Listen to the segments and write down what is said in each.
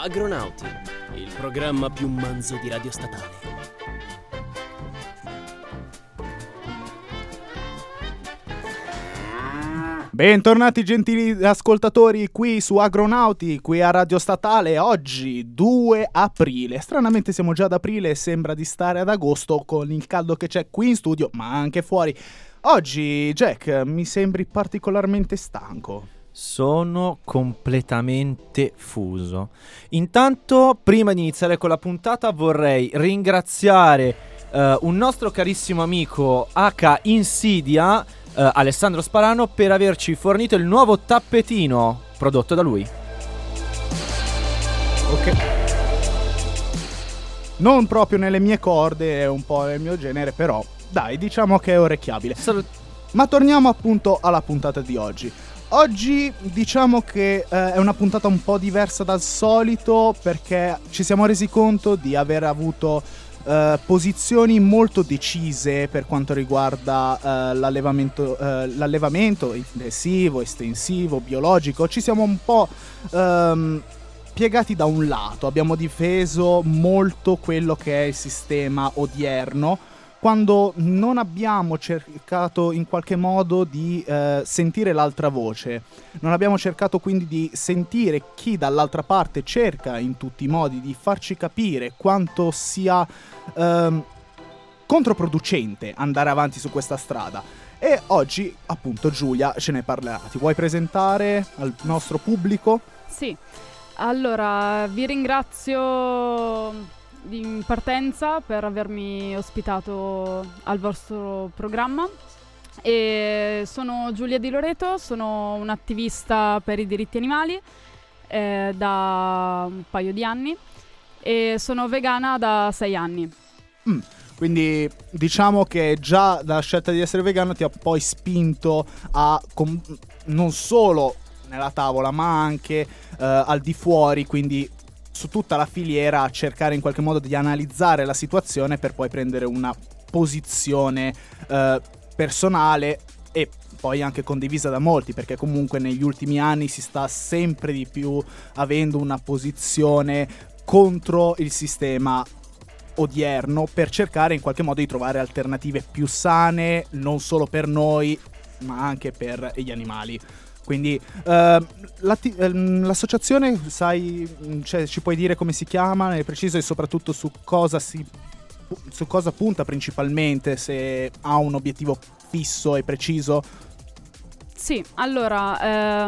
Agronauti, il programma più manzo di Radio Statale. Bentornati gentili ascoltatori qui su Agronauti, qui a Radio Statale. Oggi 2 aprile, stranamente siamo già ad aprile e sembra di stare ad agosto con il caldo che c'è qui in studio ma anche fuori. Oggi Jack mi sembri particolarmente stanco. Sono completamente fuso. Intanto, prima di iniziare con la puntata, vorrei ringraziare un nostro carissimo amico H Insidia, Alessandro Sparano, per averci fornito il nuovo tappetino prodotto da lui. Ok. Non proprio nelle mie corde, è un po' nel mio genere, però dai, diciamo che è orecchiabile. Ma torniamo appunto alla puntata di oggi. Oggi diciamo che è una puntata un po' diversa dal solito, perché ci siamo resi conto di aver avuto posizioni molto decise per quanto riguarda l'allevamento intensivo, estensivo, biologico. Ci siamo un po' piegati da un lato, abbiamo difeso molto quello che è il sistema odierno, quando non abbiamo cercato in qualche modo di sentire l'altra voce. Non abbiamo cercato quindi di sentire chi dall'altra parte cerca in tutti i modi di farci capire quanto sia controproducente andare avanti su questa strada. E oggi appunto Giulia ce ne parlerà. Ti vuoi presentare al nostro pubblico? Sì, allora vi ringrazio in partenza per avermi ospitato al vostro programma. E sono Giulia Di Loreto, sono un'attivista per i diritti animali da un paio di anni e sono vegana da 6 anni. Quindi diciamo che già la scelta di essere vegano ti ha poi spinto a non solo nella tavola ma anche al di fuori, quindi su tutta la filiera, a cercare in qualche modo di analizzare la situazione per poi prendere una posizione personale e poi anche condivisa da molti, perché comunque negli ultimi anni si sta sempre di più avendo una posizione contro il sistema odierno per cercare in qualche modo di trovare alternative più sane, non solo per noi ma anche per gli animali. Quindi l'associazione, sai, cioè, ci puoi dire come si chiama nel preciso e soprattutto su cosa punta principalmente, se ha un obiettivo fisso e preciso? Sì, allora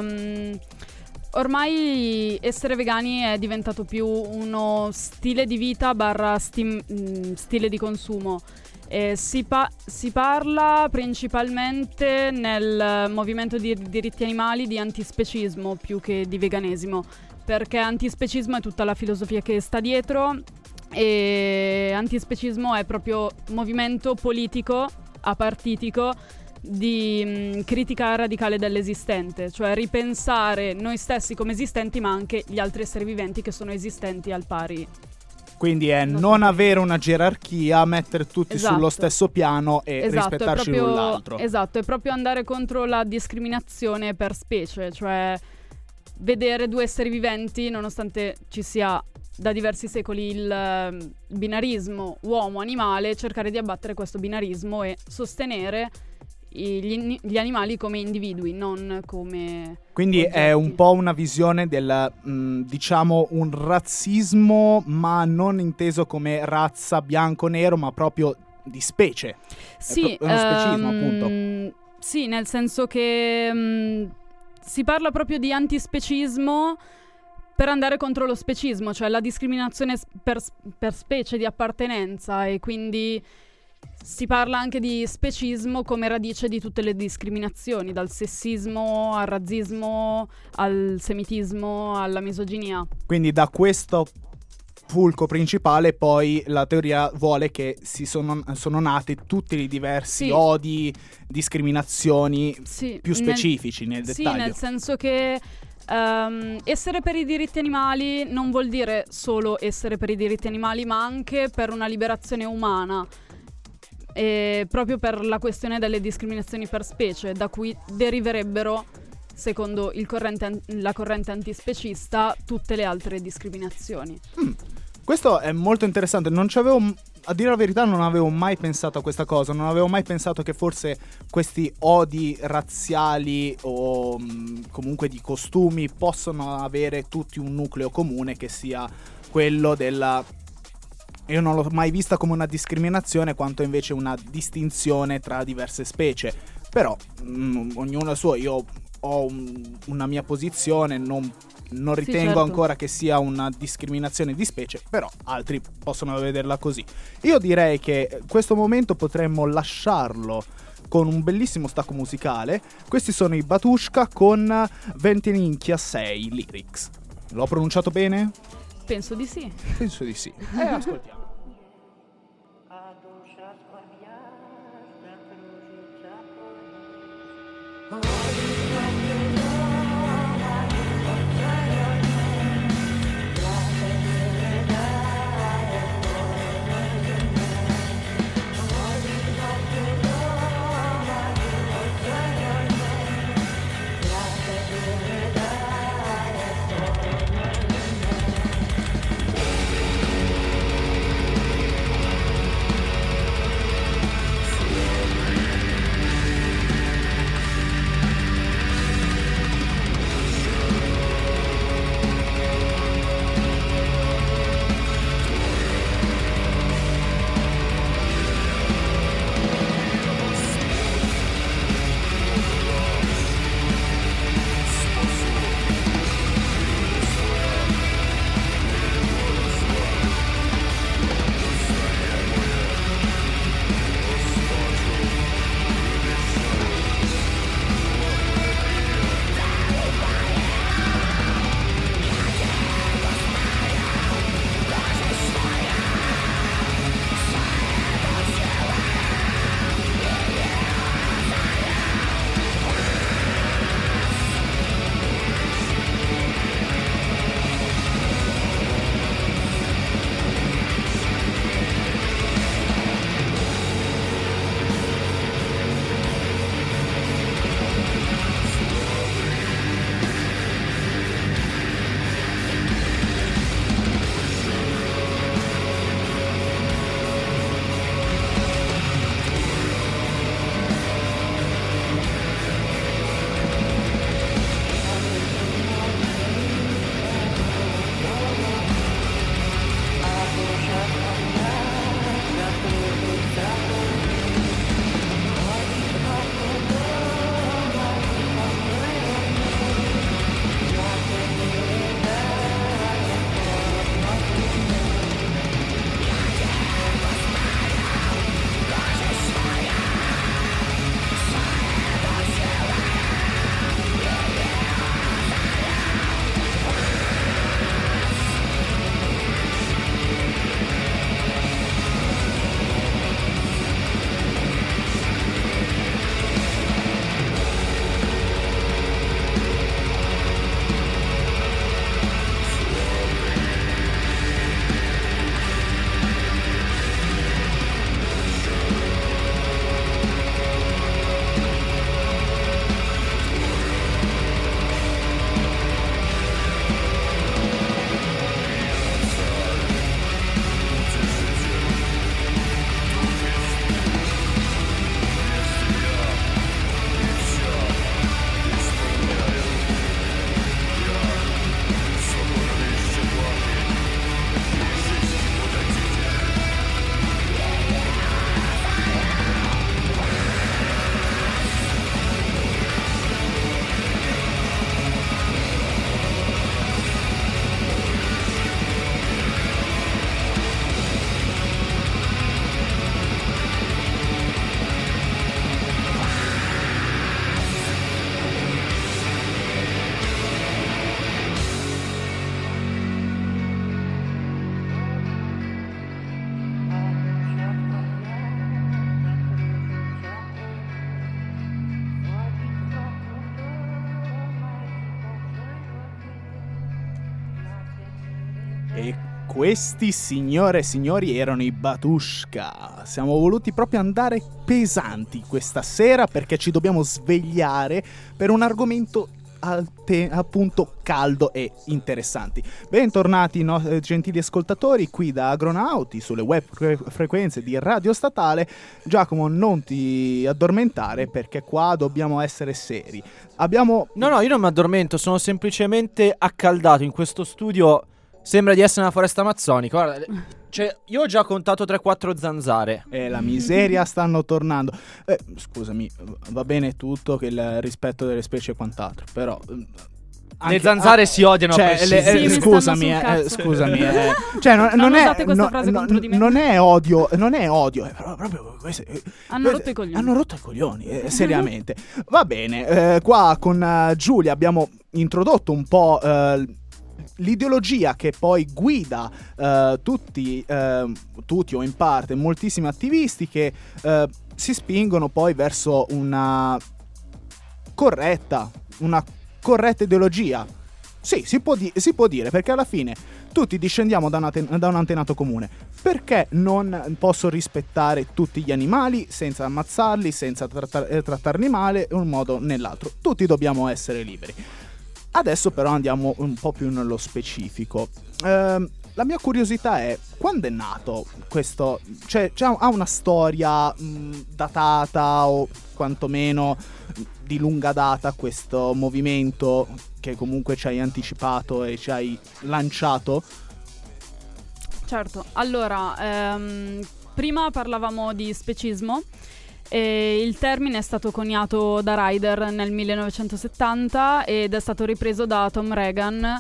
ormai essere vegani è diventato più uno stile di vita / stile di consumo. Si parla principalmente nel movimento di diritti animali di antispecismo più che di veganesimo, perché antispecismo è tutta la filosofia che sta dietro e antispecismo è proprio movimento politico apartitico di critica radicale dell'esistente, cioè ripensare noi stessi come esistenti ma anche gli altri esseri viventi che sono esistenti al pari. Quindi è non avere una gerarchia, mettere tutti sullo stesso piano e rispettarci l'un l'altro. Esatto, è proprio andare contro la discriminazione per specie, cioè vedere due esseri viventi, nonostante ci sia da diversi secoli il binarismo uomo-animale, cercare di abbattere questo binarismo e sostenere gli animali come individui, non come quindi oggetti. È un po' una visione del diciamo un razzismo, ma non inteso come razza bianco-nero, ma proprio di specie. Sì, è uno specismo appunto. Sì, nel senso che si parla proprio di antispecismo per andare contro lo specismo, cioè la discriminazione per specie di appartenenza, e quindi si parla anche di specismo come radice di tutte le discriminazioni, dal sessismo al razzismo, al semitismo, alla misoginia. Quindi da questo fulcro principale poi la teoria vuole che sono nati tutti i diversi odi, discriminazioni più specifici nel dettaglio. Sì, nel senso che essere per i diritti animali non vuol dire solo essere per i diritti animali, ma anche per una liberazione umana. Proprio per la questione delle discriminazioni per specie, da cui deriverebbero secondo la corrente antispecista, tutte le altre discriminazioni. Questo è molto interessante, a dire la verità non avevo mai pensato a questa cosa, non avevo mai pensato che forse questi odi razziali o comunque di costumi possono avere tutti un nucleo comune, che sia quello della... Io non l'ho mai vista come una discriminazione, quanto invece una distinzione tra diverse specie. Però ognuno è suo, io ho una mia posizione, non ritengo certo. ancora che sia una discriminazione di specie, però altri possono vederla così. Io direi che questo momento potremmo lasciarlo con un bellissimo stacco musicale. Questi sono i Batushka con Ventininchia 6 Lyrics. L'ho pronunciato bene? Penso di sì. Penso di sì. Ascoltiamo. E questi, signore e signori, erano i Batushka. Siamo voluti proprio andare pesanti questa sera perché ci dobbiamo svegliare per un argomento appunto caldo e interessanti. Bentornati gentili ascoltatori qui da Agronauti sulle web frequenze di Radio Statale. Giacomo, non ti addormentare perché qua dobbiamo essere seri. No, io non mi addormento, sono semplicemente accaldato in questo studio. Sembra di essere una foresta amazzonica. Guarda, cioè, io ho già contato 3-4 zanzare. La miseria stanno tornando. Scusami, va bene tutto che il rispetto delle specie e quant'altro, però le zanzare si odiano, cioè, Sì, scusami, cioè non è questa frase contro di me. non è odio, è proprio Hanno rotto i coglioni. Hanno rotto i coglioni, seriamente. Va bene, qua con Giulia abbiamo introdotto un po' l'ideologia che poi guida tutti o in parte moltissimi attivisti che si spingono poi verso una corretta ideologia. Sì, si può dire, perché alla fine tutti discendiamo da un antenato comune. Perché non posso rispettare tutti gli animali senza ammazzarli, senza trattarli male in un modo o nell'altro? Tutti dobbiamo essere liberi. Adesso però andiamo un po' più nello specifico. La mia curiosità è, quando è nato questo? Cioè, ha una storia datata o quantomeno di lunga data questo movimento che comunque ci hai anticipato e ci hai lanciato? Certo, allora, prima parlavamo di specismo. E il termine è stato coniato da Ryder nel 1970 ed è stato ripreso da Tom Regan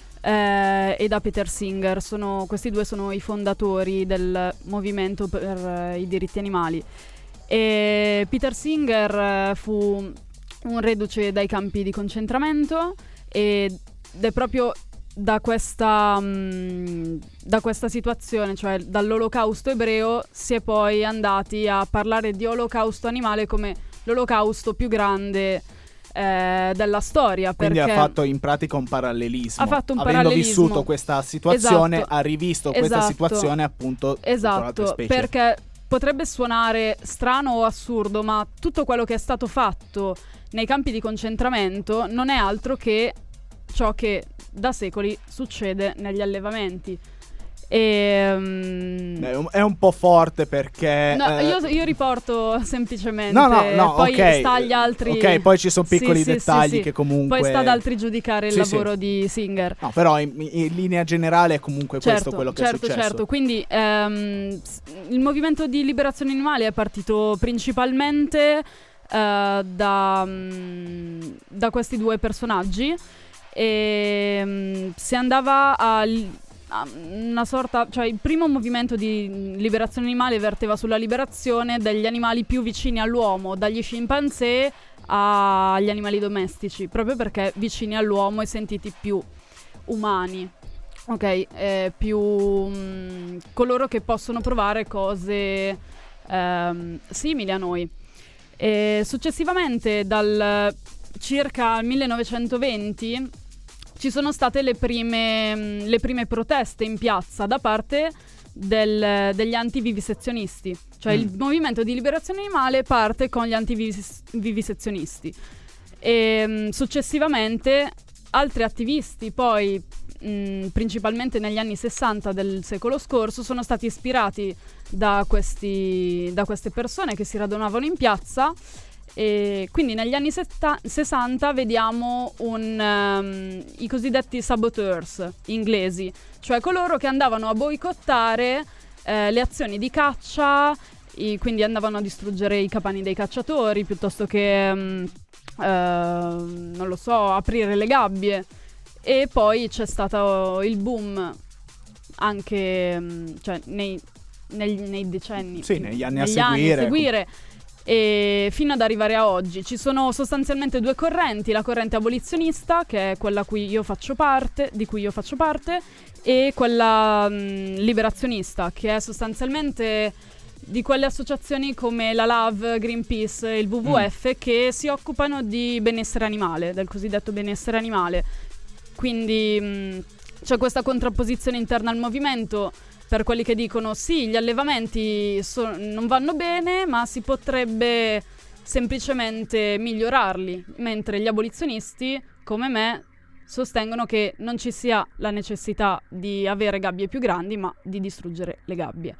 e da Peter Singer. Questi due sono i fondatori del movimento per i diritti animali. E Peter Singer fu un reduce dai campi di concentramento ed è proprio da questa situazione, cioè dall'olocausto ebreo, si è poi andati a parlare di olocausto animale come l'olocausto più grande della storia. Quindi perché ha fatto in pratica un parallelismo. Ha fatto un Avendo parallelismo. vissuto questa situazione, Esatto. ha rivisto questa situazione appunto con altre specie. Perché potrebbe suonare strano o assurdo, ma tutto quello che è stato fatto nei campi di concentramento non è altro che ciò che da secoli succede negli allevamenti. È un po' forte perché no, io riporto semplicemente. No, poi okay. sta agli altri. Ok, poi ci sono piccoli dettagli sì. che comunque. Poi sta ad altri giudicare il lavoro di Singer. No, però in linea generale è comunque questo quello che è successo. Certo, quindi il movimento di liberazione animale è partito principalmente da questi due personaggi. E si andava a una sorta, cioè il primo movimento di liberazione animale verteva sulla liberazione degli animali più vicini all'uomo, dagli scimpanzé agli animali domestici, proprio perché vicini all'uomo e sentiti più umani, ok? Più coloro che possono provare cose simili a noi. E successivamente dal circa 1920 ci sono state le prime proteste in piazza da parte degli antivivisezionisti. Cioè il movimento di liberazione animale parte con gli antivivisezionisti. E successivamente altri attivisti poi, principalmente negli anni 60 del secolo scorso, sono stati ispirati da queste persone che si radunavano in piazza. E quindi negli anni 60 vediamo i cosiddetti saboteurs inglesi, cioè coloro che andavano a boicottare le azioni di caccia, quindi andavano a distruggere i capani dei cacciatori piuttosto che non lo so, aprire le gabbie. E poi c'è stato il boom anche cioè nei decenni, negli anni a seguire. E fino ad arrivare a oggi ci sono sostanzialmente due correnti: la corrente abolizionista, che è quella di cui io faccio parte, e quella liberazionista, che è sostanzialmente di quelle associazioni come la LAV, Greenpeace e il WWF che si occupano di benessere animale, del cosiddetto benessere animale. Quindi c'è questa contrapposizione interna al movimento per quelli che dicono sì, gli allevamenti non vanno bene, ma si potrebbe semplicemente migliorarli, mentre gli abolizionisti come me, sostengono che non ci sia la necessità di avere gabbie più grandi, ma di distruggere le gabbie.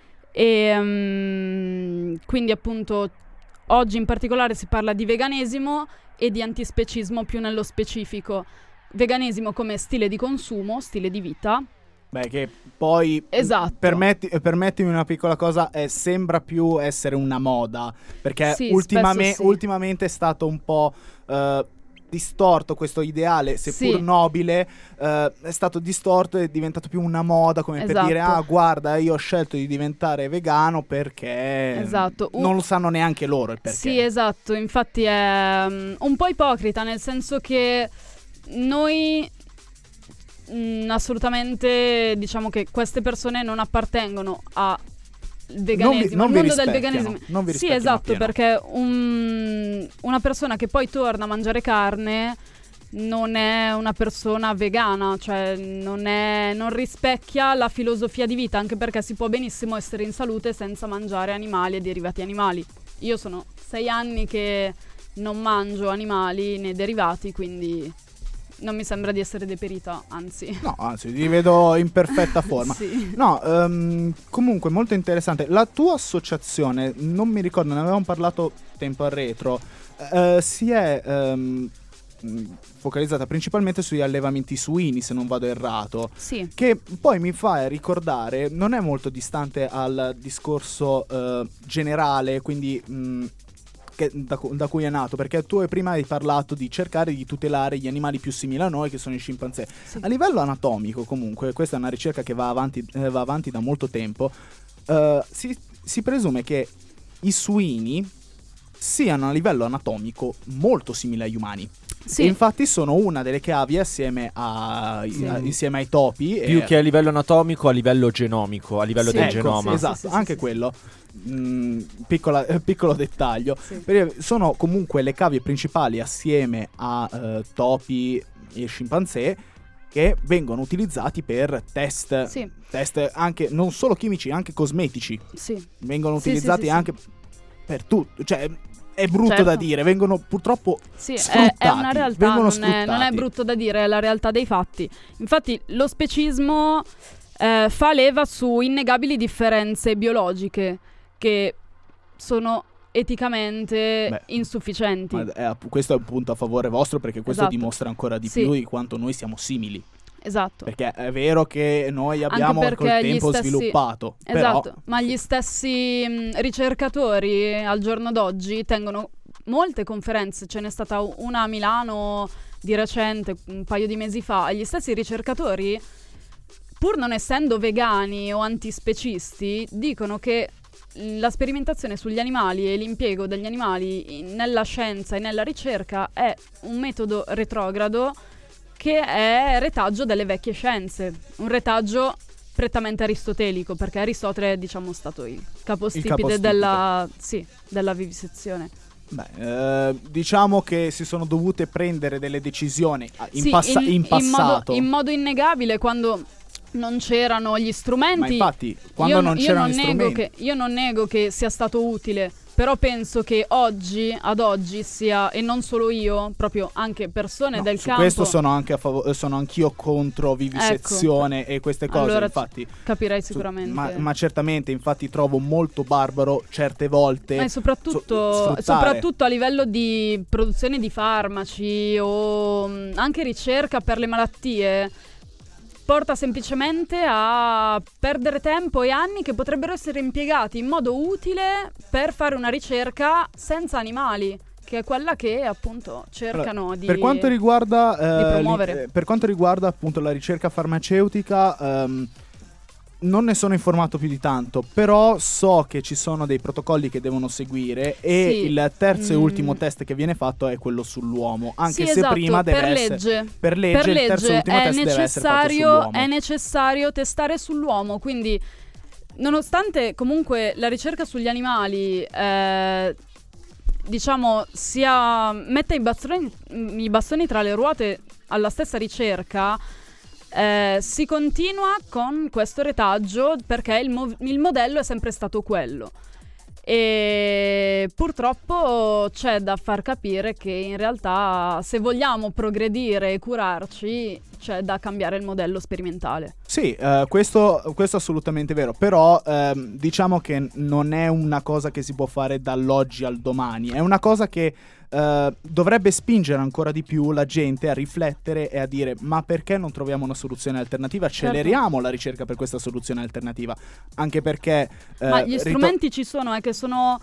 E quindi appunto oggi in particolare si parla di veganesimo e di antispecismo più nello specifico. Veganesimo come stile di consumo, stile di vita. Beh, che poi Esatto. permettimi una piccola cosa, sembra più essere una moda, perché Sì, ultimamente, spesso sì. ultimamente è stato un po' distorto questo ideale, seppur Sì. nobile, è stato distorto e è diventato più una moda, come per Esatto. dire, ah guarda, io ho scelto di diventare vegano perché Esatto. non lo sanno neanche loro il perché. Sì, esatto, infatti è un po' ipocrita, nel senso che noi assolutamente diciamo che queste persone non appartengono a veganesimo, non al vi mondo del rispecchiano, veganesimo. non vi Sì, rispecchiano esatto, appieno. perché una persona che poi torna a mangiare carne non è una persona vegana, cioè non rispecchia la filosofia di vita, anche perché si può benissimo essere in salute senza mangiare animali e derivati animali. Io sono 6 anni che non mangio animali né derivati, quindi non mi sembra di essere deperita, anzi. No, anzi, li vedo in perfetta forma. Sì. No, comunque molto interessante. La tua associazione, non mi ricordo, ne avevamo parlato tempo arretro, si è focalizzata principalmente sugli allevamenti suini, se non vado errato. Sì. Che poi mi fa ricordare, non è molto distante al discorso generale, quindi da cui è nato, perché tu prima hai parlato di cercare di tutelare gli animali più simili a noi, che sono i scimpanzé. Sì. A livello anatomico, comunque, questa è una ricerca che va avanti da molto tempo. Si presume che i suini siano a livello anatomico molto simili agli umani. Sì. E infatti sono una delle cavie insieme ai topi. Più che a livello anatomico, a livello genomico, a livello Sì. del Ecco, genoma. sì, Esatto, sì, anche sì. quello. Piccolo dettaglio. Sì. Perché sono comunque le cavie principali assieme a topi e scimpanzé che vengono utilizzati per test. Sì. Test anche non solo chimici, anche cosmetici. Sì. Vengono Sì, utilizzati sì, sì, anche per tutto. Cioè, è brutto Certo. da dire, vengono purtroppo Sì, sfruttati. è una realtà, vengono non è sfruttati. brutto da dire, è la realtà dei fatti. Infatti lo specismo fa leva su innegabili differenze biologiche che sono eticamente insufficienti. Ma questo è un punto a favore vostro, perché questo Esatto. dimostra ancora di Sì. più di quanto noi siamo simili. Esatto. Perché è vero che noi abbiamo Anche col perché gli tempo stessi- sviluppato. Esatto, Però, ma gli stessi ricercatori al giorno d'oggi tengono molte conferenze, ce n'è stata una a Milano di recente, un paio di mesi fa, e gli stessi ricercatori, pur non essendo vegani o antispecisti, dicono che la sperimentazione sugli animali e l'impiego degli animali nella scienza e nella ricerca è un metodo retrogrado che è retaggio delle vecchie scienze, un retaggio prettamente aristotelico, perché Aristotele è, diciamo, stato il capostipite della vivisezione. diciamo che si sono dovute prendere delle decisioni in Sì, passato. in modo innegabile, quando non c'erano gli strumenti. Ma infatti, quando non c'erano gli strumenti. Io non nego che sia stato utile, però penso che ad oggi sia, e non solo io, proprio anche persone del su campo. questo sono anche sono anch'io contro vivisezione e queste cose, Allora, infatti. capirai sicuramente. Ma certamente, infatti trovo molto barbaro certe volte. Ma soprattutto a livello di produzione di farmaci o anche ricerca per le malattie, porta semplicemente a perdere tempo e anni che potrebbero essere impiegati in modo utile per fare una ricerca senza animali, che è quella che appunto cercano di per quanto riguarda promuovere. per quanto riguarda appunto la ricerca farmaceutica, non ne sono informato più di tanto, però so che ci sono dei protocolli che devono seguire e Sì. il terzo e ultimo test che viene fatto è quello sull'uomo, anche Sì, se esatto, prima deve per essere legge. il terzo e ultimo è test deve essere fatto sull'uomo. è necessario testare sull'uomo, quindi nonostante comunque la ricerca sugli animali diciamo metta i bastoni tra le ruote alla stessa ricerca, si continua con questo retaggio perché il modello è sempre stato quello. E purtroppo c'è da far capire che in realtà se vogliamo progredire e curarci c'è da cambiare il modello sperimentale. Sì, questo è assolutamente vero, però diciamo che non è una cosa che si può fare dall'oggi al domani, è una cosa che dovrebbe spingere ancora di più la gente a riflettere e a dire: ma perché non troviamo una soluzione alternativa? Acceleriamo la ricerca per questa soluzione alternativa, anche perché ma gli strumenti ci sono, che sono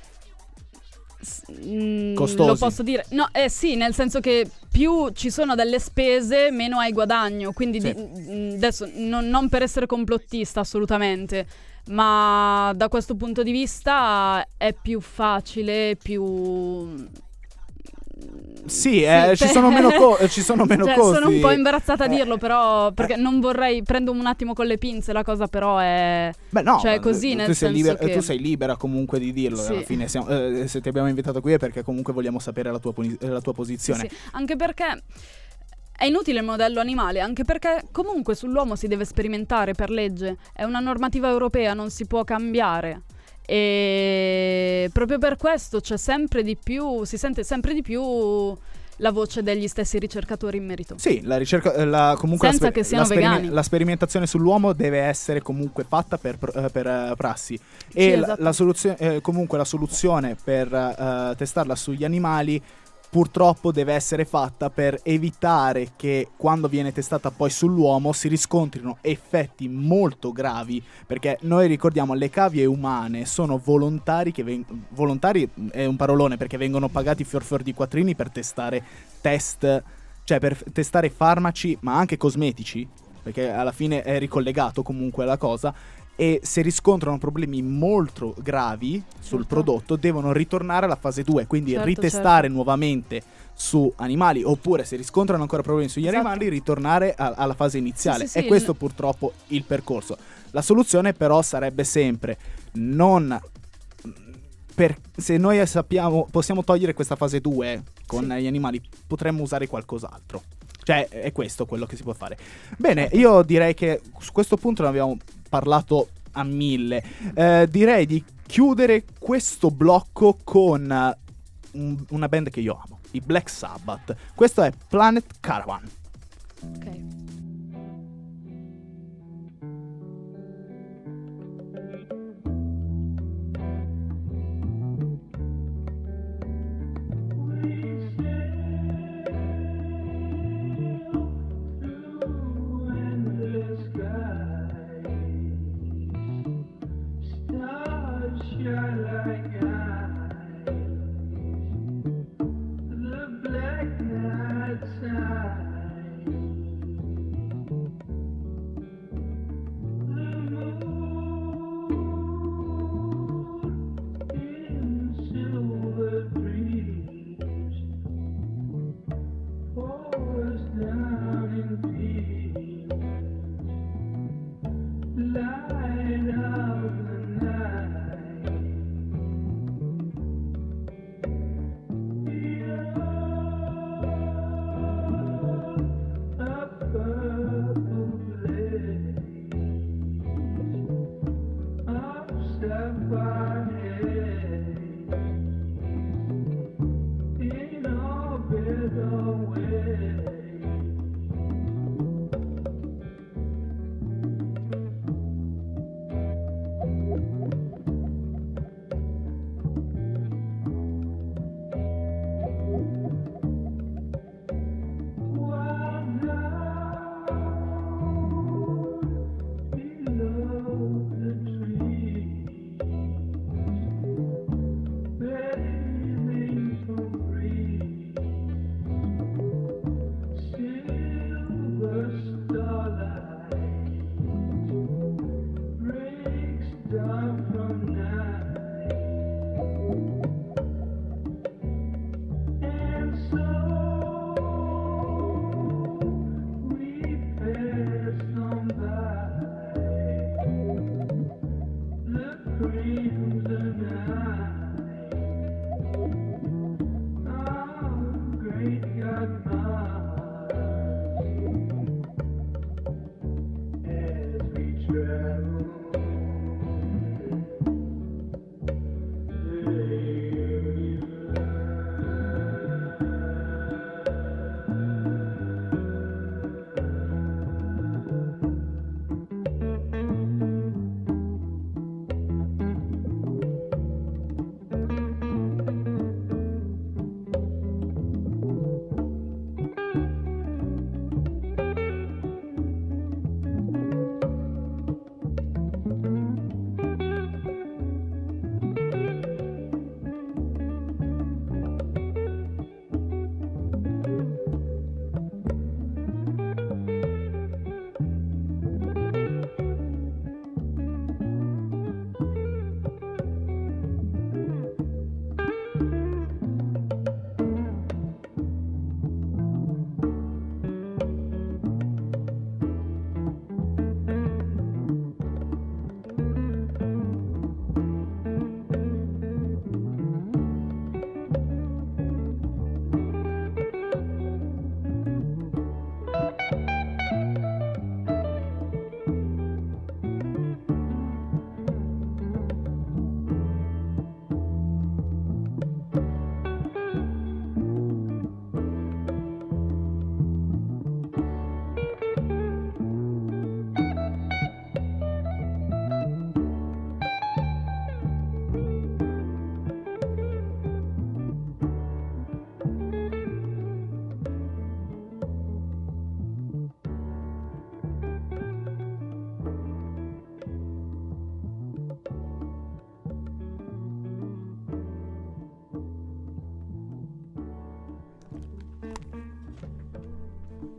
costosi. Lo posso dire? No, sì, nel senso che più ci sono delle spese, meno hai guadagno. Quindi sì. Adesso non per essere complottista assolutamente, ma da questo punto di vista è più facile, più sì, ci sono meno costi. Sono un po' imbarazzata a dirlo, però perché non vorrei, prendo un attimo con le pinze la cosa, però è cioè così, nel senso che tu sei libera comunque di dirlo, sì. Alla fine se ti abbiamo invitato qui è perché comunque vogliamo sapere la tua posizione. Sì, anche perché è inutile il modello animale, anche perché comunque sull'uomo si deve sperimentare per legge, è una normativa europea, non si può cambiare. E proprio per questo si sente sempre di più la voce degli stessi ricercatori in merito. Sì, la ricerca, comunque senza che siano vegani. La sperimentazione sull'uomo deve essere comunque fatta per prassi. Sì, E esatto. la soluzione, comunque la soluzione per testarla sugli animali purtroppo deve essere fatta per evitare che quando viene testata poi sull'uomo si riscontrino effetti molto gravi, perché noi ricordiamo le cavie umane sono volontari volontari è un parolone, perché vengono pagati fior di quattrini per testare cioè per testare farmaci ma anche cosmetici, perché alla fine è ricollegato comunque alla cosa. E se riscontrano problemi molto gravi sul prodotto devono ritornare alla fase 2, quindi ritestare nuovamente su animali, oppure se riscontrano ancora problemi sugli animali ritornare alla fase iniziale. Sì, e questo purtroppo il percorso. La soluzione però sarebbe sempre se noi possiamo togliere questa fase 2 con gli animali, potremmo usare qualcos'altro. Cioè è questo quello che si può fare. Bene, io direi che su questo punto ne abbiamo parlato a 1000. Direi di chiudere questo blocco con una band che io amo, i Black Sabbath. Questo è Planet Caravan. Ok.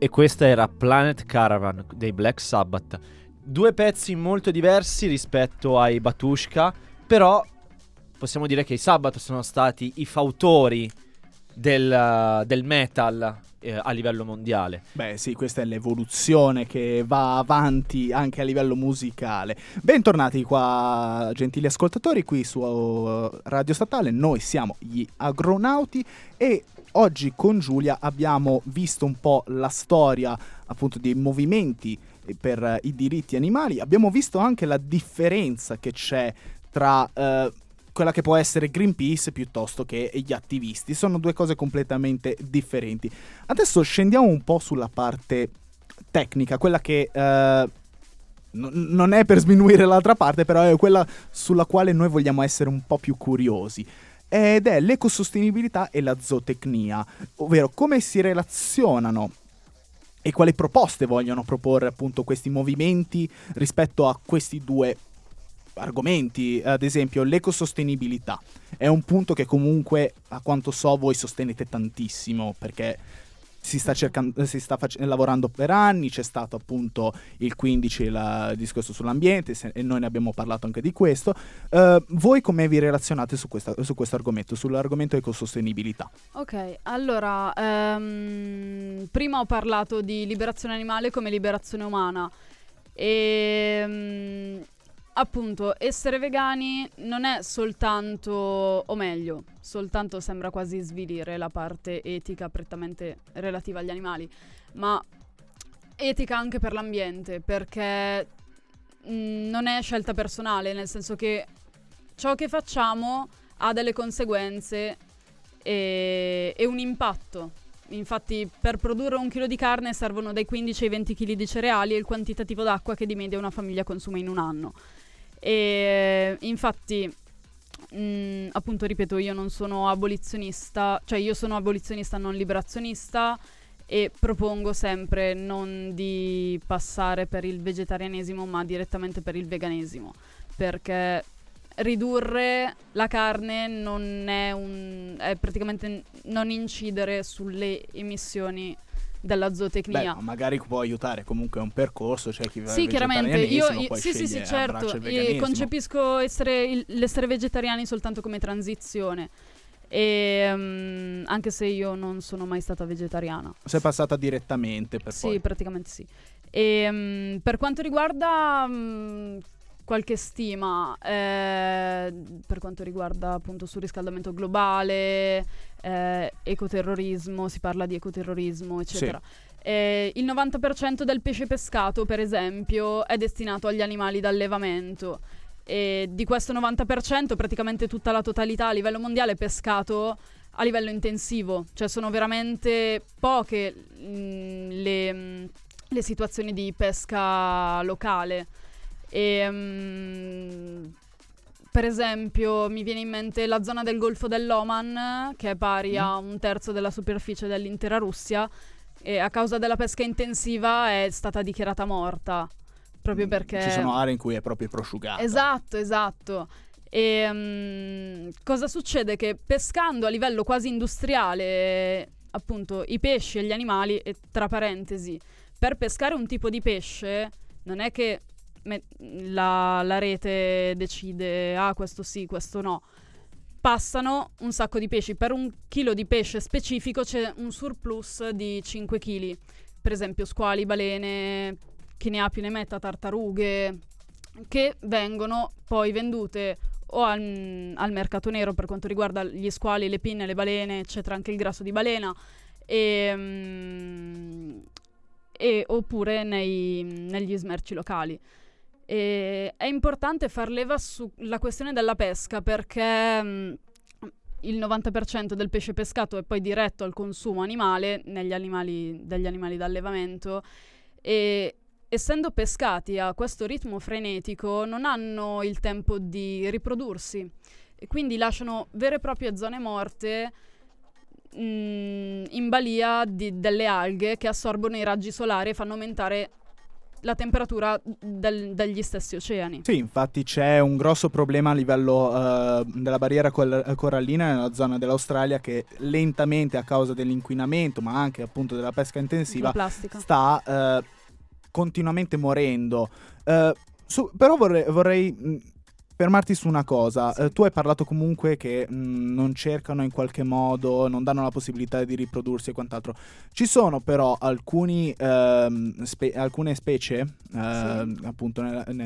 e questa era Planet Caravan dei Black Sabbath. Due pezzi molto diversi rispetto ai Batushka, però possiamo dire che i Sabbath sono stati i fautori del metal a livello mondiale. Beh sì, questa è l'evoluzione che va avanti anche a livello musicale. Bentornati qua, gentili ascoltatori, qui su Radio Statale. Noi siamo gli Agronauti e oggi con Giulia abbiamo visto un po' la storia appunto dei movimenti per i diritti animali. Abbiamo visto anche la differenza che c'è tra quella che può essere Greenpeace piuttosto che gli attivisti. Sono due cose completamente differenti. Adesso scendiamo un po' sulla parte tecnica, quella che non è per sminuire l'altra parte, però è quella sulla quale noi vogliamo essere un po' più curiosi. Ed è l'ecosostenibilità e la zootecnia, ovvero come si relazionano e quali proposte vogliono proporre appunto questi movimenti rispetto a questi due argomenti. Ad esempio l'ecosostenibilità è un punto che comunque, a quanto so, voi sostenete tantissimo, perché si sta lavorando per anni. C'è stato appunto il 15 il discorso sull'ambiente e noi ne abbiamo parlato anche di questo. Voi come vi relazionate su questo argomento, sull'argomento ecosostenibilità? Ok, allora prima ho parlato di liberazione animale come liberazione umana e appunto essere vegani non è soltanto, o meglio, soltanto sembra quasi svilire la parte etica prettamente relativa agli animali, ma etica anche per l'ambiente, perché non è scelta personale, nel senso che ciò che facciamo ha delle conseguenze e un impatto. Infatti per produrre 1 chilo di carne servono dai 15 ai 20 kg di cereali e il quantitativo d'acqua che di media una famiglia consuma in un anno. E infatti appunto ripeto, io non sono abolizionista, cioè io sono abolizionista non liberazionista e propongo sempre non di passare per il vegetarianesimo ma direttamente per il veganesimo, perché ridurre la carne non è praticamente non incidere sulle emissioni della zootecnia. Beh, magari può aiutare, comunque è un percorso, c'è chi va sì, chiaramente io sì, certo, concepisco l'essere vegetariani soltanto come transizione e anche se io non sono mai stata vegetariana. Sei passata direttamente per sì, poi. praticamente sì. E per quanto riguarda qualche stima per quanto riguarda appunto surriscaldamento globale, ecoterrorismo, si parla di ecoterrorismo eccetera. Sì. Il 90% del pesce pescato per esempio è destinato agli animali d'allevamento e di questo 90% praticamente tutta la totalità a livello mondiale è pescato a livello intensivo, cioè sono veramente poche le situazioni di pesca locale. E, per esempio mi viene in mente la zona del Golfo dell'Oman, che è pari a 1/3 della superficie dell'intera Russia, e a causa della pesca intensiva è stata dichiarata morta proprio perché ci sono aree in cui è proprio prosciugata. Esatto. E cosa succede? Che pescando a livello quasi industriale appunto i pesci e gli animali, e tra parentesi, per pescare un tipo di pesce non è che la rete decide questo sì, questo no. Passano un sacco di pesci. Per 1 chilo di pesce specifico c'è un surplus di 5 kg. Per esempio squali, balene, chi ne ha più ne metta, tartarughe, che vengono poi vendute o al mercato nero per quanto riguarda gli squali, le pinne, le balene, eccetera, anche il grasso di balena, e oppure negli smerci locali. E è importante far leva sulla questione della pesca perché il 90% del pesce pescato è poi diretto al consumo animale degli animali d'allevamento e essendo pescati a questo ritmo frenetico non hanno il tempo di riprodursi e quindi lasciano vere e proprie zone morte in balia delle alghe che assorbono i raggi solari e fanno aumentare la temperatura degli stessi oceani. Sì, infatti c'è un grosso problema a livello della barriera corallina nella zona dell'Australia, che lentamente, a causa dell'inquinamento ma anche appunto della pesca intensiva, La plastica. sta continuamente morendo. Però vorrei fermarti su una cosa. Tu hai parlato comunque che non cercano in qualche modo, non danno la possibilità di riprodursi e quant'altro. Ci sono però alcune specie appunto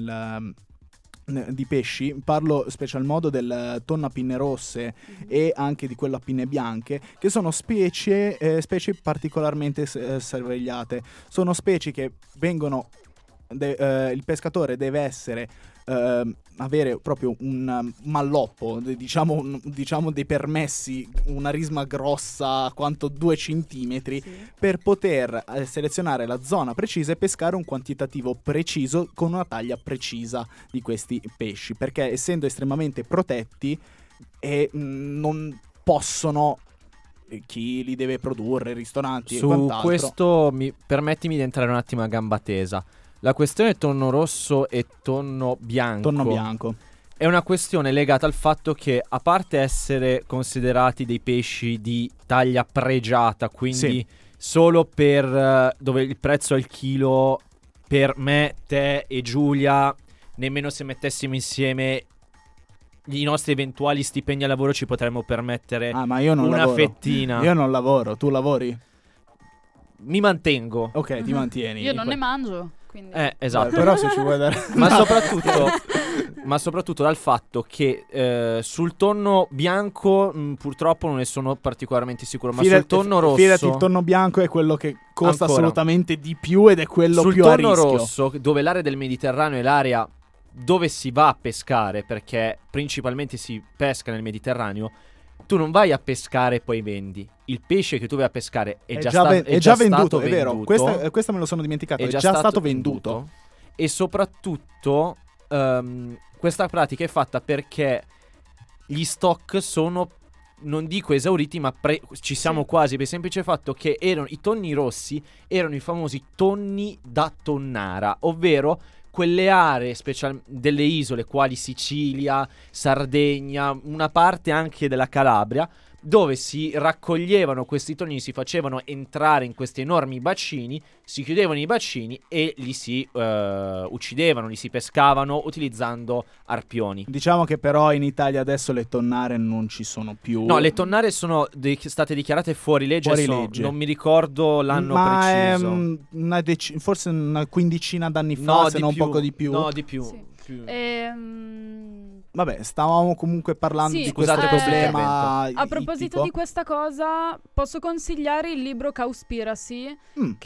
di pesci, parlo special modo del tonno a pinne rosse e anche di quello a pinne bianche, che sono specie particolarmente sorvegliate. Sono specie che vengono il pescatore deve essere avere proprio un malloppo, diciamo dei permessi, una risma grossa quanto 2 centimetri, per poter selezionare la zona precisa e pescare un quantitativo preciso con una taglia precisa di questi pesci, perché essendo estremamente protetti e non possono, chi li deve produrre, ristoranti e Su quant'altro. questo permettimi di entrare un attimo a gamba tesa. La questione tonno rosso e tonno bianco è una questione legata al fatto che, a parte essere considerati dei pesci di taglia pregiata, quindi solo per dove il prezzo al chilo per me, te e Giulia, nemmeno se mettessimo insieme i nostri eventuali stipendi a lavoro ci potremmo permettere ma io non una lavoro. fettina. Io non lavoro, tu lavori? Mi mantengo. Ok, ti mantieni. Io non ne mangio, quindi. Esatto. Però se ci vuoi dare ma soprattutto dal fatto che sul tonno bianco purtroppo non ne sono particolarmente sicuro, ma sul tonno rosso, fidati, il tonno bianco è quello che costa Ancora. assolutamente di più ed è quello sul più a tonno rischio. rosso, dove l'area del Mediterraneo è l'area dove si va a pescare, perché principalmente si pesca nel Mediterraneo, tu non vai a pescare e poi vendi. Il pesce che tu vai a pescare è già venduto, stato è vero. venduto. Questa me lo sono dimenticato, È già stato venduto. E soprattutto questa pratica è fatta perché gli stock sono, non dico esauriti, ma ci siamo quasi, per il semplice fatto che i tonni rossi erano i famosi tonni da tonnara, ovvero quelle aree delle isole quali Sicilia, Sardegna, una parte anche della Calabria, dove si raccoglievano questi tonni, si facevano entrare in questi enormi bacini, si chiudevano i bacini e li si uccidevano, li si pescavano utilizzando arpioni. Diciamo che però in Italia adesso le tonnare non ci sono più. No, le tonnare sono state dichiarate fuori legge, non mi ricordo l'anno preciso. Ma è forse una quindicina d'anni fa, No, se non poco di più. No, di più. Sì. più. Vabbè, stavamo comunque parlando di questo Scusate, problema. A proposito di questa cosa, posso consigliare il libro Cowspiracy,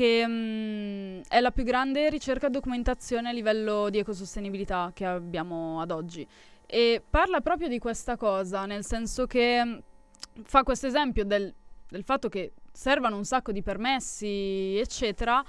che è la più grande ricerca e documentazione a livello di ecosostenibilità che abbiamo ad oggi. E parla proprio di questa cosa, nel senso che fa questo esempio del fatto che servano un sacco di permessi, eccetera,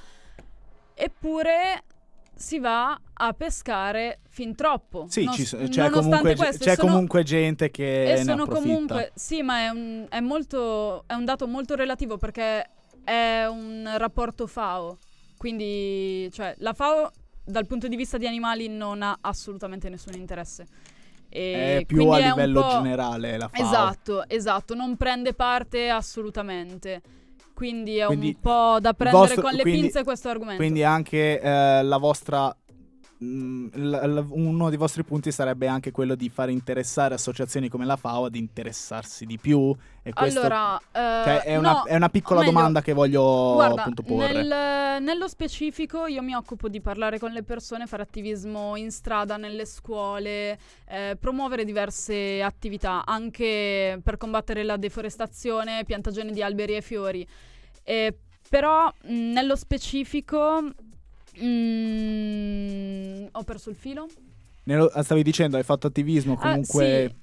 eppure si va a pescare fin troppo. Sì, c'è comunque gente che ne approfitta. Comunque, sì, ma è un dato molto relativo, perché è un rapporto FAO. Quindi, cioè, la FAO dal punto di vista di animali non ha assolutamente nessun interesse. È più a livello generale la FAO. Esatto, non prende parte assolutamente. Quindi è un po' da prendere con le pinze questo argomento. Quindi anche la vostra uno dei vostri punti sarebbe anche quello di fare interessare associazioni come la FAO ad interessarsi di più. E questo, allora, è una piccola domanda che voglio appunto porre. Nello specifico io mi occupo di parlare con le persone, fare attivismo in strada, nelle scuole, promuovere diverse attività anche per combattere la deforestazione, piantagione di alberi e fiori. Però nello specifico ho perso il filo. Stavi dicendo, hai fatto attivismo comunque.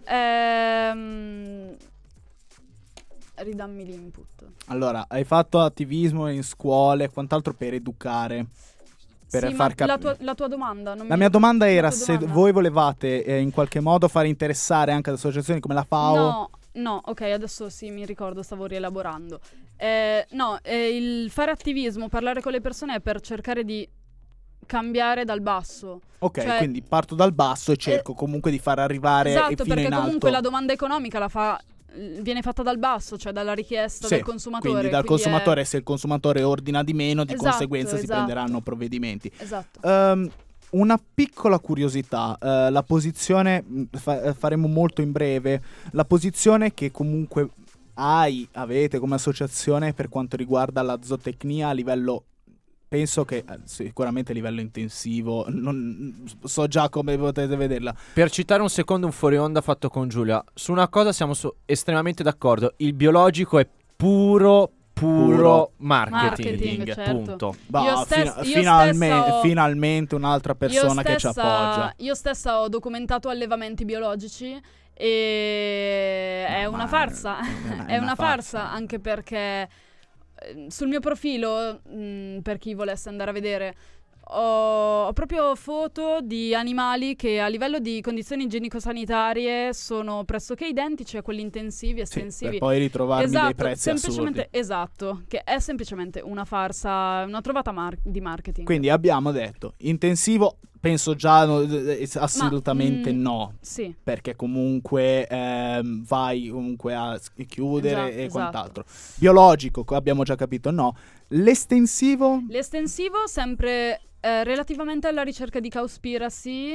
Ridammi l'input. Allora, hai fatto attivismo in scuole e quant'altro per educare, per far capire. La tua domanda la mia domanda era se voi volevate in qualche modo fare interessare anche ad associazioni come la FAO. No, ok, adesso sì, mi ricordo, stavo rielaborando. Il fare attivismo, parlare con le persone è per cercare di cambiare dal basso. Ok, Cioè- quindi parto dal basso e cerco comunque di far arrivare Esatto, fino perché in alto. comunque la domanda economica viene fatta dal basso, cioè dalla richiesta Sì, del consumatore. quindi dal quindi consumatore, se il consumatore ordina di meno, di Esatto, conseguenza si esatto. prenderanno provvedimenti. Esatto. Una piccola curiosità, la posizione, faremo molto in breve, la posizione che comunque avete come associazione per quanto riguarda la zootecnia a livello, penso che sicuramente a livello intensivo, non so già come potete vederla. Per citare un secondo un fuori onda fatto con Giulia, su una cosa siamo estremamente d'accordo, il biologico è puro marketing, certo. punto. Io stessa Finalmente un'altra persona che ci appoggia. Io stessa ho documentato allevamenti biologici e è una farsa. È una farsa, anche perché sul mio profilo, per chi volesse andare a vedere, ho proprio foto di animali che a livello di condizioni igienico-sanitarie sono pressoché identici a quelli intensivi, Sì, estensivi. per poi ritrovarmi dei prezzi semplicemente assurdi. esatto, che è semplicemente una farsa, una trovata di marketing. Quindi abbiamo detto intensivo, penso già assolutamente no, Sì. perché comunque vai comunque a chiudere e Esatto. quant'altro. Biologico, abbiamo già capito no. L'estensivo? L'estensivo sempre relativamente alla ricerca di Cowspiracy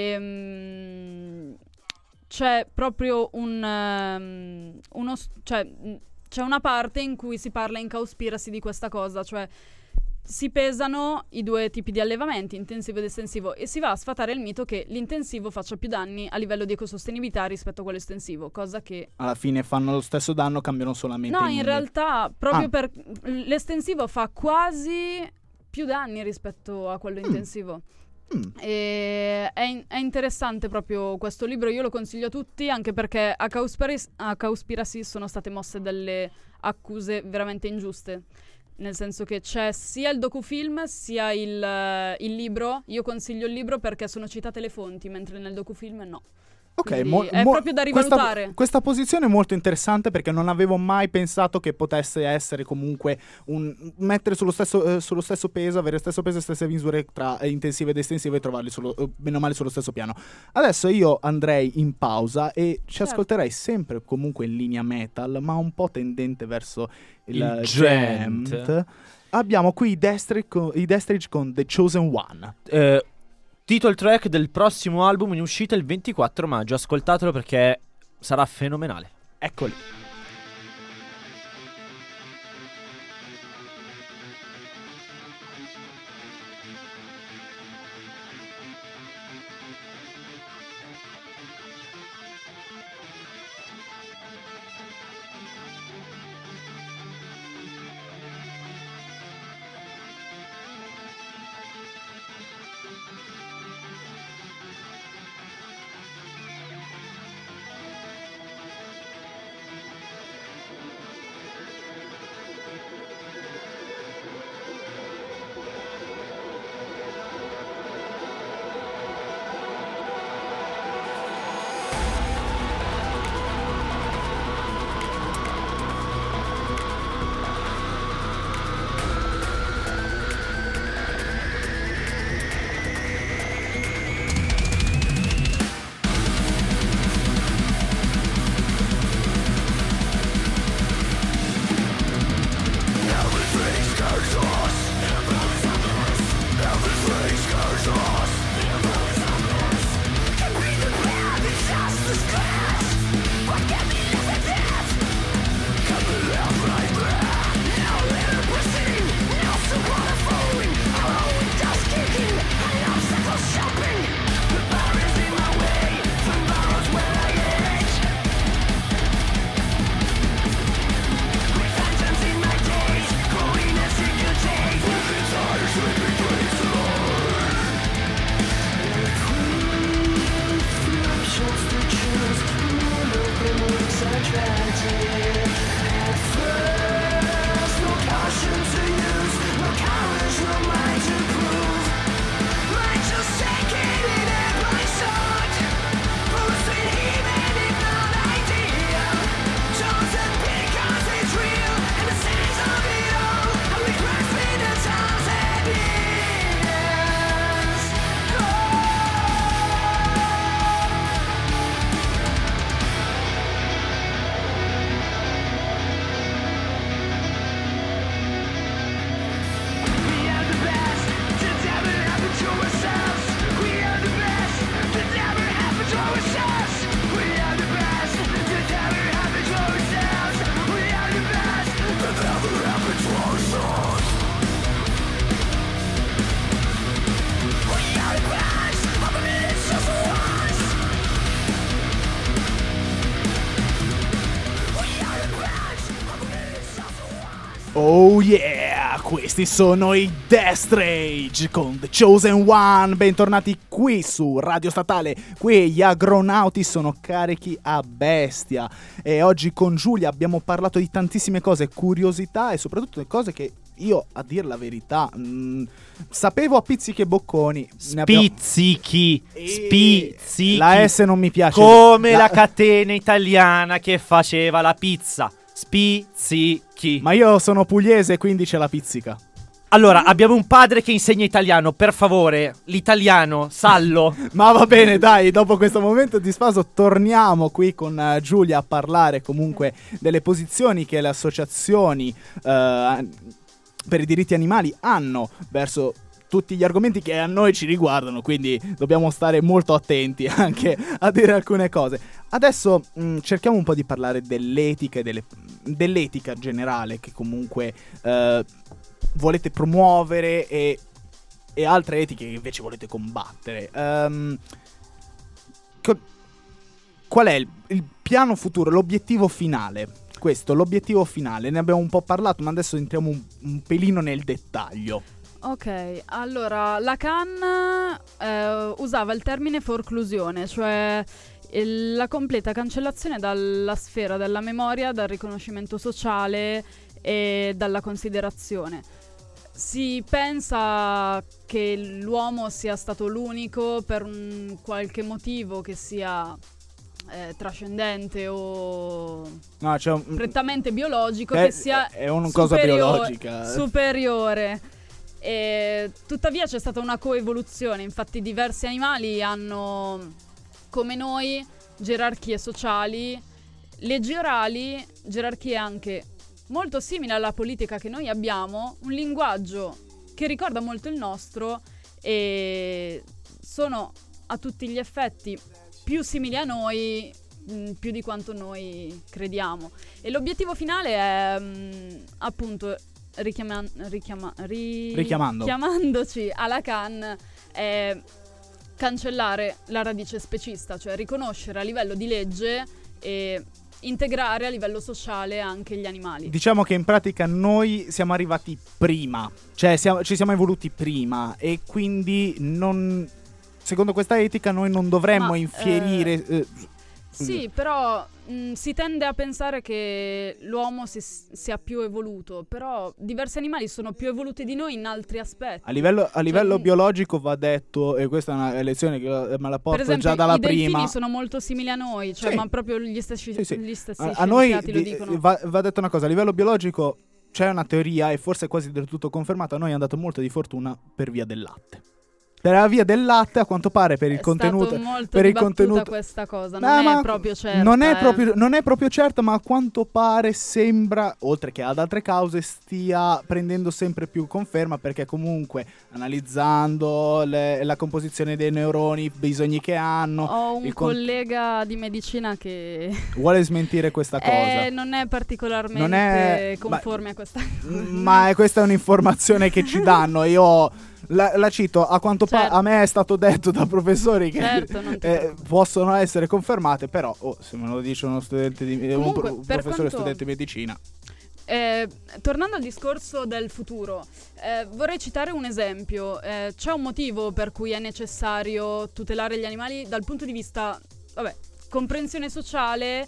c'è proprio c'è una parte in cui si parla in Cowspiracy di questa cosa, cioè si pesano i due tipi di allevamenti, intensivo ed estensivo, e si va a sfatare il mito che l'intensivo faccia più danni a livello di ecosostenibilità rispetto a quello estensivo, cosa che Alla fine fanno lo stesso danno, cambiano solamente i no, numeri. in realtà proprio per l'estensivo fa quasi più danni rispetto a quello intensivo. E è interessante proprio questo libro, io lo consiglio a tutti, anche perché a Cowspiracy sono state mosse delle accuse veramente ingiuste, nel senso che c'è sia il docufilm sia il libro. Io consiglio il libro perché sono citate le fonti, mentre nel docufilm no. Ok, è proprio da rivalutare. Questa posizione è molto interessante perché non avevo mai pensato che potesse essere comunque mettere sullo stesso peso, avere lo stesso peso e stesse misure tra intensive ed estensive e trovarli bene o male sullo stesso piano. Adesso io andrei in pausa e ci ascolterei sempre comunque in linea metal, ma un po' tendente verso il gent. Abbiamo qui i Destrich con The Chosen One. Title track del prossimo album in uscita il 24 maggio. Ascoltatelo perché sarà fenomenale. Eccoli. Oh yeah, questi sono i Death Rage con The Chosen One. Bentornati qui su Radio Statale. Qui gli agronauti sono carichi a bestia. E oggi con Giulia abbiamo parlato di tantissime cose, curiosità e soprattutto di cose che io, a dir la verità, sapevo a pizzichi e bocconi. Spizzichi. Spizzichi. La S non mi piace. Come la catena italiana che faceva la pizza. Spizzichi. Ma io sono pugliese, quindi c'è la pizzica. Allora, abbiamo un padre che insegna italiano, per favore, l'italiano, sallo. Ma va bene, dai, dopo questo momento di spaso torniamo qui con Giulia a parlare comunque delle posizioni che le associazioni per i diritti animali hanno verso tutti gli argomenti che a noi ci riguardano, quindi dobbiamo stare molto attenti anche a dire alcune cose. Adesso cerchiamo un po' di parlare dell'etica e dell'etica generale che comunque volete promuovere e altre etiche che invece volete combattere. Qual è il piano futuro, l'obiettivo finale? Questo, l'obiettivo finale, ne abbiamo un po' parlato, ma adesso entriamo un pelino nel dettaglio. Ok, allora la CAN usava il termine forclusione, cioè la completa cancellazione dalla sfera della memoria, dal riconoscimento sociale e dalla considerazione. Si pensa che l'uomo sia stato l'unico per un qualche motivo che sia trascendente o prettamente biologico, che sia è una cosa biologica superiore. E tuttavia c'è stata una coevoluzione, infatti diversi animali hanno, come noi, gerarchie sociali, leggi orali, gerarchie anche molto simili alla politica che noi abbiamo, un linguaggio che ricorda molto il nostro e sono a tutti gli effetti più simili a noi, più di quanto noi crediamo. E l'obiettivo finale è appunto richiamandoci alla CAN, è cancellare la radice specista, cioè riconoscere a livello di legge e integrare a livello sociale anche gli animali. Diciamo che in pratica noi siamo arrivati prima, cioè ci siamo evoluti prima e quindi secondo questa etica noi non dovremmo infierire. Sì, però si tende a pensare che l'uomo sia più evoluto, però diversi animali sono più evoluti di noi in altri aspetti. A livello biologico va detto, e questa è una lezione che me la porto per esempio, già dalla i prima. I delfini sono molto simili a noi, cioè, sì. Ma proprio gli stessi a noi lo dicono. Va detto una cosa, a livello biologico c'è una teoria, e forse è quasi del tutto confermata, a noi è andato molto di fortuna per via del latte. Per la via del latte, a quanto pare, per il contenuto. È stato molto per il dibattuta contenuto questa cosa, non è proprio certa. Non è proprio certa, ma a quanto pare sembra, oltre che ad altre cause, stia prendendo sempre più conferma, perché comunque analizzando la composizione dei neuroni, i bisogni che hanno. Ho un collega di medicina che vuole smentire questa cosa. Non è particolarmente conforme a questa cosa. Ma questa è un'informazione che ci danno. Io la cito, a quanto certo. A me è stato detto da professori che certo, possono essere confermate, però se me lo dice uno studente Comunque, un professore studente di medicina. Tornando al discorso del futuro, vorrei citare un esempio. C'è un motivo per cui è necessario tutelare gli animali dal punto di vista, comprensione sociale,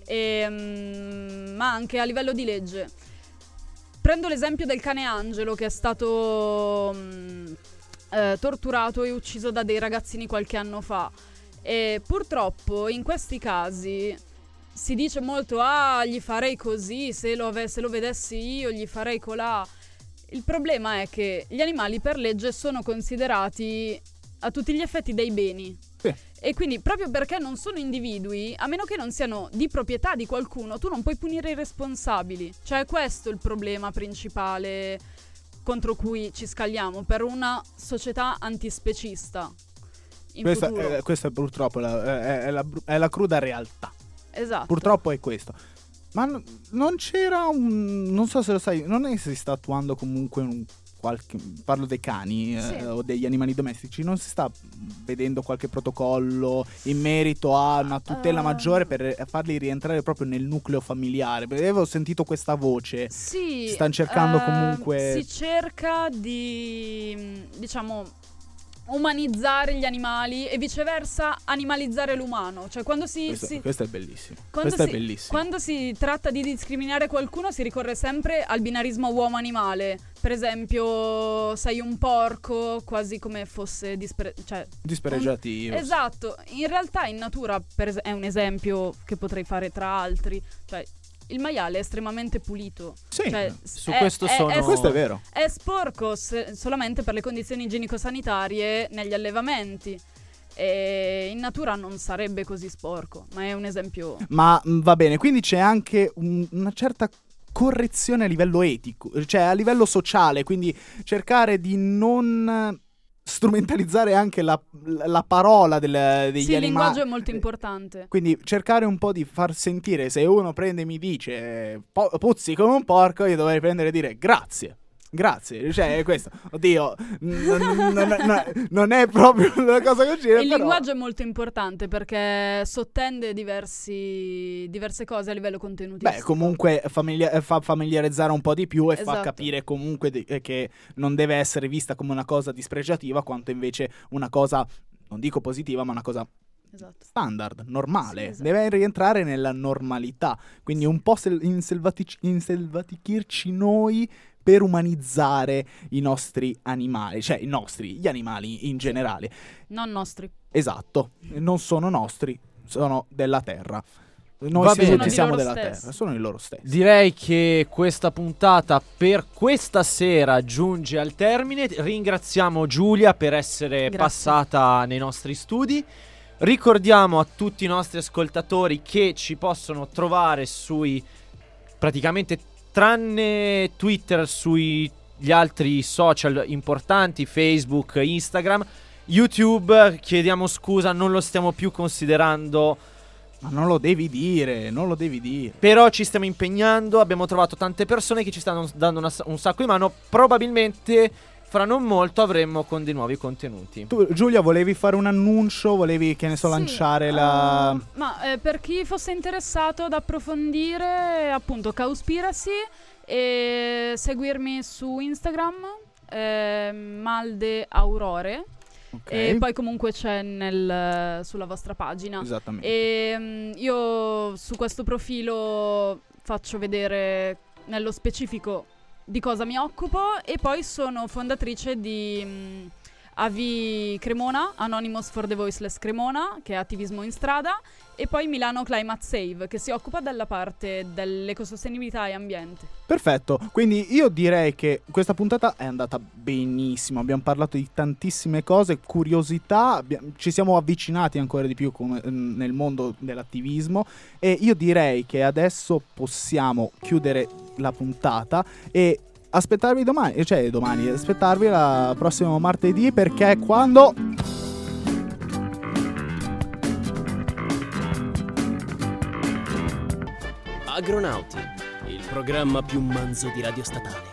ma anche a livello di legge. Prendo l'esempio del cane Angelo, che è stato torturato e ucciso da dei ragazzini qualche anno fa. E purtroppo in questi casi si dice molto: gli farei così, se lo vedessi io gli farei colà. Il problema è che gli animali per legge sono considerati a tutti gli effetti dei beni. Sì. E quindi proprio perché non sono individui, a meno che non siano di proprietà di qualcuno, tu non puoi punire i responsabili. Cioè questo è il problema principale contro cui ci scagliamo, per una società antispecista in futuro. Questa purtroppo è la cruda realtà. Esatto. Purtroppo è questo. Ma non c'era non so se lo sai, non è che si sta attuando comunque un parlo dei cani o degli animali domestici, non si sta vedendo qualche protocollo in merito a una tutela maggiore per farli rientrare proprio nel nucleo familiare? Perché avevo sentito questa voce. Sì, stanno cercando comunque. Si cerca di, diciamo, umanizzare gli animali e viceversa animalizzare l'umano. Cioè quando questo è bellissimo. Quando si tratta di discriminare qualcuno si ricorre sempre al binarismo uomo-animale. Per esempio, sei un porco, quasi come fosse dispregiativo. Esatto. In realtà in natura è un esempio che potrei fare tra altri. Cioè il maiale è estremamente pulito. Sì, cioè, su questo questo è vero. È sporco solamente per le condizioni igienico-sanitarie negli allevamenti. E in natura non sarebbe così sporco, ma è un esempio. Ma va bene, quindi c'è anche una certa correzione a livello etico, cioè a livello sociale, quindi cercare di non strumentalizzare anche la parola degli animali. Sì, il linguaggio è molto importante. Quindi cercare un po' di far sentire, se uno prende e mi dice puzzi come un porco, io dovrei prendere e dire grazie, cioè questo, oddio, non è proprio una cosa così. Il linguaggio è molto importante perché sottende diverse cose a livello contenutistico. Beh, comunque fa familiarizzare un po' di più e fa Esatto. capire comunque che non deve essere vista come una cosa dispregiativa, quanto invece una cosa, non dico positiva, ma una cosa Esatto. standard, normale. Sì, esatto. Deve rientrare nella normalità. Quindi un po' inselvatichirci noi per umanizzare i nostri animali, cioè gli animali in generale. Non nostri. Esatto, non sono nostri, sono della terra. Va Noi bene. siamo Sono di della loro terra, stessi. sono i loro stessi. Direi che questa puntata per questa sera giunge al termine. Ringraziamo Giulia per essere Grazie. passata nei nostri studi. Ricordiamo a tutti i nostri ascoltatori che ci possono trovare sui, praticamente tranne Twitter, sugli altri social importanti, Facebook, Instagram, YouTube. Chiediamo scusa, non lo stiamo più considerando. Ma non lo devi dire. Però ci stiamo impegnando, abbiamo trovato tante persone che ci stanno dando un sacco di mano. Probabilmente fra non molto avremo con dei nuovi contenuti. Tu, Giulia, volevi fare un annuncio? Volevi, che ne so, Sì, lanciare la... per chi fosse interessato ad approfondire, appunto, Cowspiracy, e seguirmi su Instagram, Malde Aurore. Ok. E poi comunque c'è sulla vostra pagina. Esattamente. E io su questo profilo faccio vedere nello specifico di cosa mi occupo, e poi sono fondatrice di AV Cremona, Anonymous for the Voiceless Cremona, che è attivismo in strada, e poi Milano Climate Save, che si occupa della parte dell'ecosostenibilità e ambiente. Perfetto, quindi io direi che questa puntata è andata benissimo, abbiamo parlato di tantissime cose, curiosità, ci siamo avvicinati ancora di più nel mondo dell'attivismo, e io direi che adesso possiamo chiudere la puntata e aspettarvi aspettarvi la prossima martedì, perché quando... Agronauti, il programma più manzo di Radio Statale.